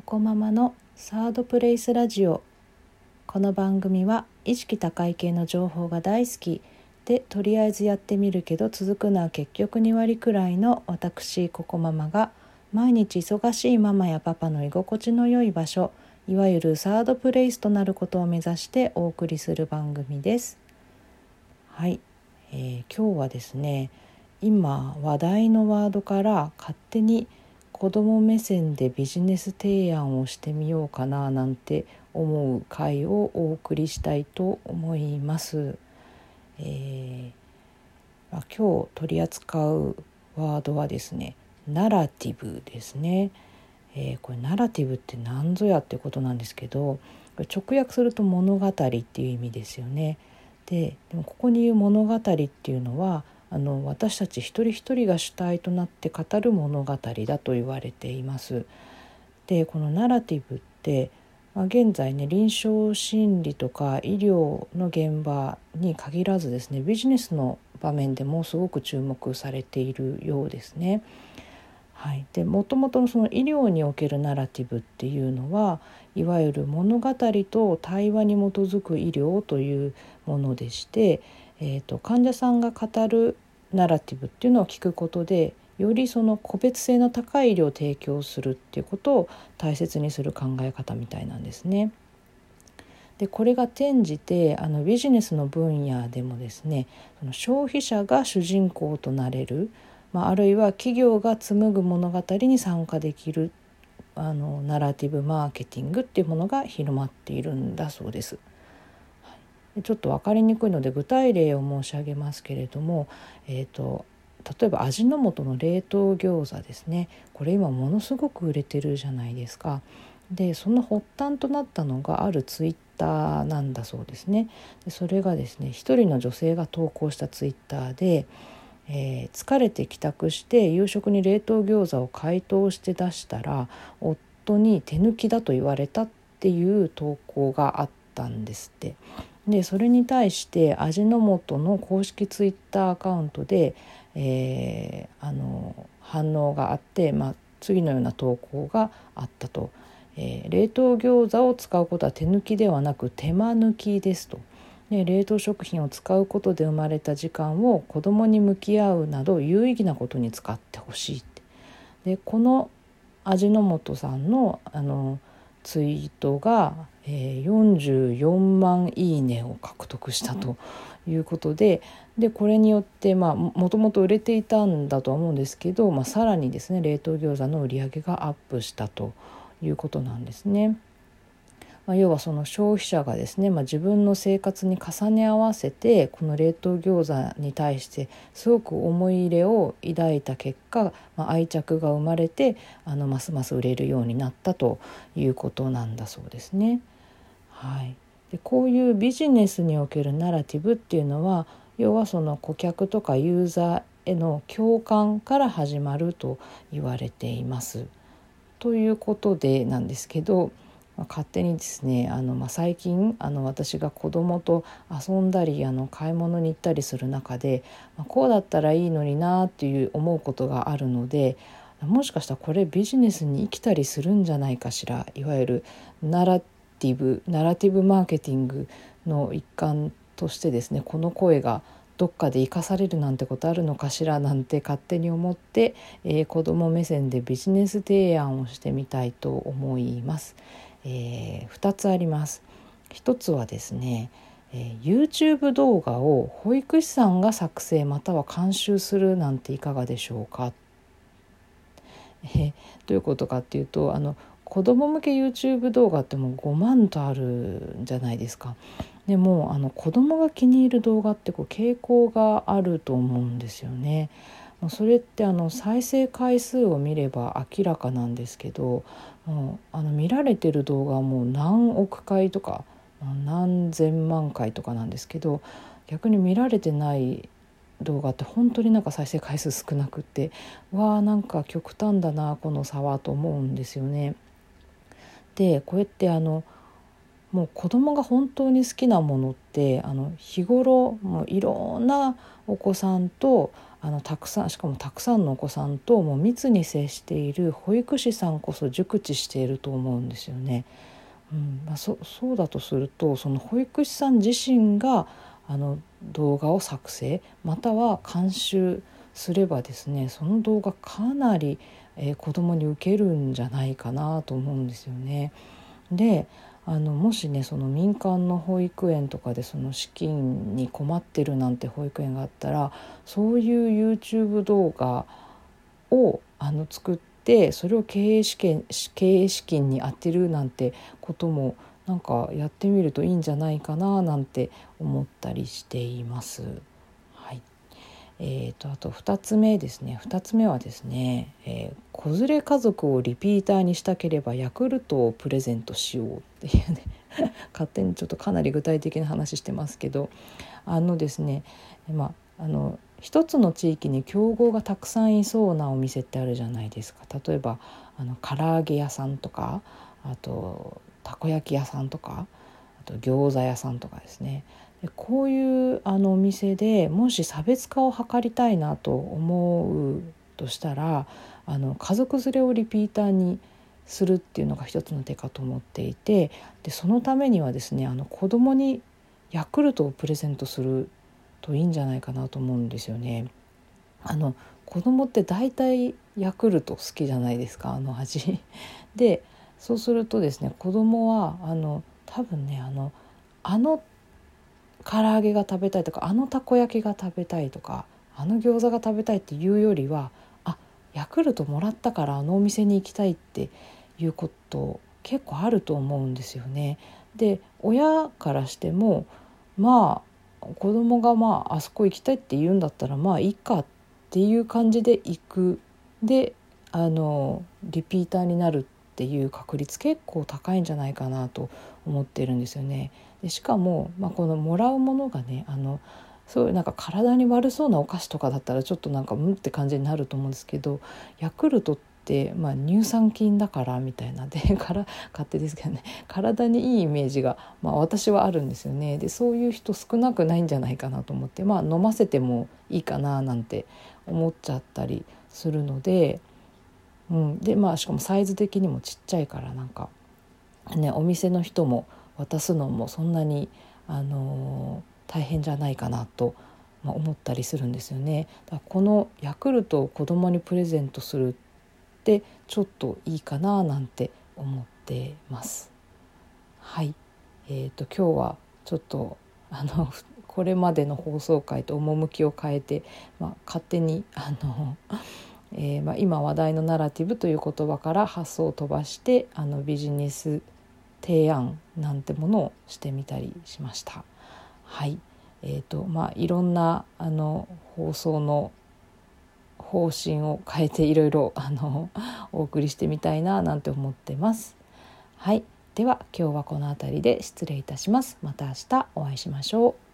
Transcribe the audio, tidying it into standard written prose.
コママのサードプレイスラジオ。この番組は意識高い系の情報が大好きで、とりあえずやってみるけど続くのは結局2割くらいの私ココママが、毎日忙しいママやパパの居心地の良い場所、いわゆるサードプレイスとなることを目指してお送りする番組です。はい、今日はですね、今話題のワードから勝手に子ども目線でビジネス提案をしてみようかななんて思う回をお送りしたいと思います。今日取り扱うワードはですね、ナラティブですね。これナラティブって何ぞやってことなんですけど、直訳すると物語っていう意味ですよね。でもここに言う物語っていうのは私たち一人一人が主体となって語る物語だと言われています。でこのナラティブって、現在ね、臨床心理とか医療の現場に限らずですね、ビジネスの場面でもすごく注目されているようですね。はい、でもともとのその医療におけるナラティブっていうのは、いわゆる物語と対話に基づく医療というものでして、患者さんが語るナラティブっていうのを聞くことで、よりその個別性の高い医療を提供するっていうことを大切にする考え方みたいなんですね。でこれが転じてビジネスの分野でもですね、その消費者が主人公となれる、あるいは企業が紡ぐ物語に参加できるナラティブマーケティングっていうものが広まっているんだそうです。ちょっと分かりにくいので具体例を申し上げますけれども、例えば味の素の冷凍餃子ですね。これ今ものすごく売れてるじゃないですか。でその発端となったのがあるツイッターなんだそうですね。でそれがですね、一人の女性が投稿したツイッターで、疲れて帰宅して夕食に冷凍餃子を解凍して出したら夫に手抜きだと言われたっていう投稿があったんですって。でそれに対して味の素の公式ツイッターアカウントで、反応があって、次のような投稿があったと。冷凍餃子を使うことは手抜きではなく手間抜きですと。で冷凍食品を使うことで生まれた時間を子どもに向き合うなど有意義なことに使ってほしいって。でこの味の素さんのツイートが、44万いいねを獲得したということで、これによってもともと売れていたんだとは思うんですけど、さらにですね冷凍餃子の売り上げがアップしたということなんですね。要はその消費者がですね、自分の生活に重ね合わせてこの冷凍餃子に対してすごく思い入れを抱いた結果、愛着が生まれてますます売れるようになったということなんだそうですね。はい、でこういうビジネスにおけるナラティブっていうのは、要はその顧客とかユーザーへの共感から始まると言われています。ということでなんですけど、勝手にですね最近私が子供と遊んだり買い物に行ったりする中で、こうだったらいいのになっていう思うことがあるので、もしかしたらこれビジネスに生きたりするんじゃないかしら。いわゆるナラティブマーケティングの一環としてですね、この声がどっかで生かされるなんてことあるのかしらなんて勝手に思って、子ども目線でビジネス提案をしてみたいと思います。2つあります。1つはですね、YouTube 動画を保育士さんが作成または監修するなんていかがでしょうか。どういうことかっていうと、子ども向け YouTube 動画ってもう5万とあるんじゃないですか。でも子どもが気に入る動画って傾向があると思うんですよね。それって再生回数を見れば明らかなんですけど、もう見られてる動画はもう何億回とか何千万回とかなんですけど、逆に見られてない動画って本当に再生回数少なくって、なんか極端だなこの差はと思うんですよね。でこうやってもう子供が本当に好きなものって日頃もういろんなお子さんとたくさん、しかもたくさんのお子さんともう密に接している保育士さんこそ熟知していると思うんですよね。そうだとすると、その保育士さん自身が動画を作成または監修すればですね、その動画かなり、子どもに受けるんじゃないかなと思うんですよね。でもしね、その民間の保育園とかでその資金に困ってるなんて保育園があったら、そういう YouTube 動画を作ってそれを経営資金に充てるなんてこともなんかやってみるといいんじゃないかななんて思ったりしています。はい。あと2つ目ですね。2つ目はですね、子連れ家族をリピーターにしたければヤクルトをプレゼントしようっていうね勝手にちょっとかなり具体的な話してますけど、ですね、一つの地域に競合がたくさんいそうなお店ってあるじゃないですか。例えば唐揚げ屋さんとか、あとたこ焼き屋さんとか、あと餃子屋さんとかですね。でこういうお店でもし差別化を図りたいなと思うとしたら、家族連れをリピーターにするっていうのが一つの手かと思っていて、でそのためにはですね、子供にヤクルトをプレゼントするといいんじゃないかなと思うんですよね。子供って大体ヤクルト好きじゃないですか、味で、そうするとですね、子供は多分ね、唐揚げが食べたいとか、たこ焼きが食べたいとか、餃子が食べたいっていうよりは、ヤクルトもらったからお店に行きたいっていうこと結構あると思うんですよね。で親からしても子供があそこ行きたいって言うんだったらいいかっていう感じで行く。でリピーターになるっていう確率結構高いんじゃないかなと思ってるんですよね。でしかも、このもらうものがね、そういうなんか体に悪そうなお菓子とかだったらちょっとなんかって感じになると思うんですけど、ヤクルトって乳酸菌だからみたいなで勝手ですけどね、体にいいイメージが、私はあるんですよね。でそういう人少なくないんじゃないかなと思って、飲ませてもいいかななんて思っちゃったりするので、でしかもサイズ的にもちっちゃいからなんかね、お店の人も渡すのもそんなに大変じゃないかなと、思ったりするんですよね。だからこのヤクルトを子供にプレゼントするってちょっといいかななんて思ってます。はい。今日はちょっとこれまでの放送回と趣を変えて、勝手に今話題のナラティブという言葉から発想を飛ばしてビジネス提案なんてものをしてみたりしました。はい。いろんな放送の方針を変えていろいろお送りしてみたいななんて思ってます。はい。では今日はこの辺りで失礼いたします。また明日お会いしましょう。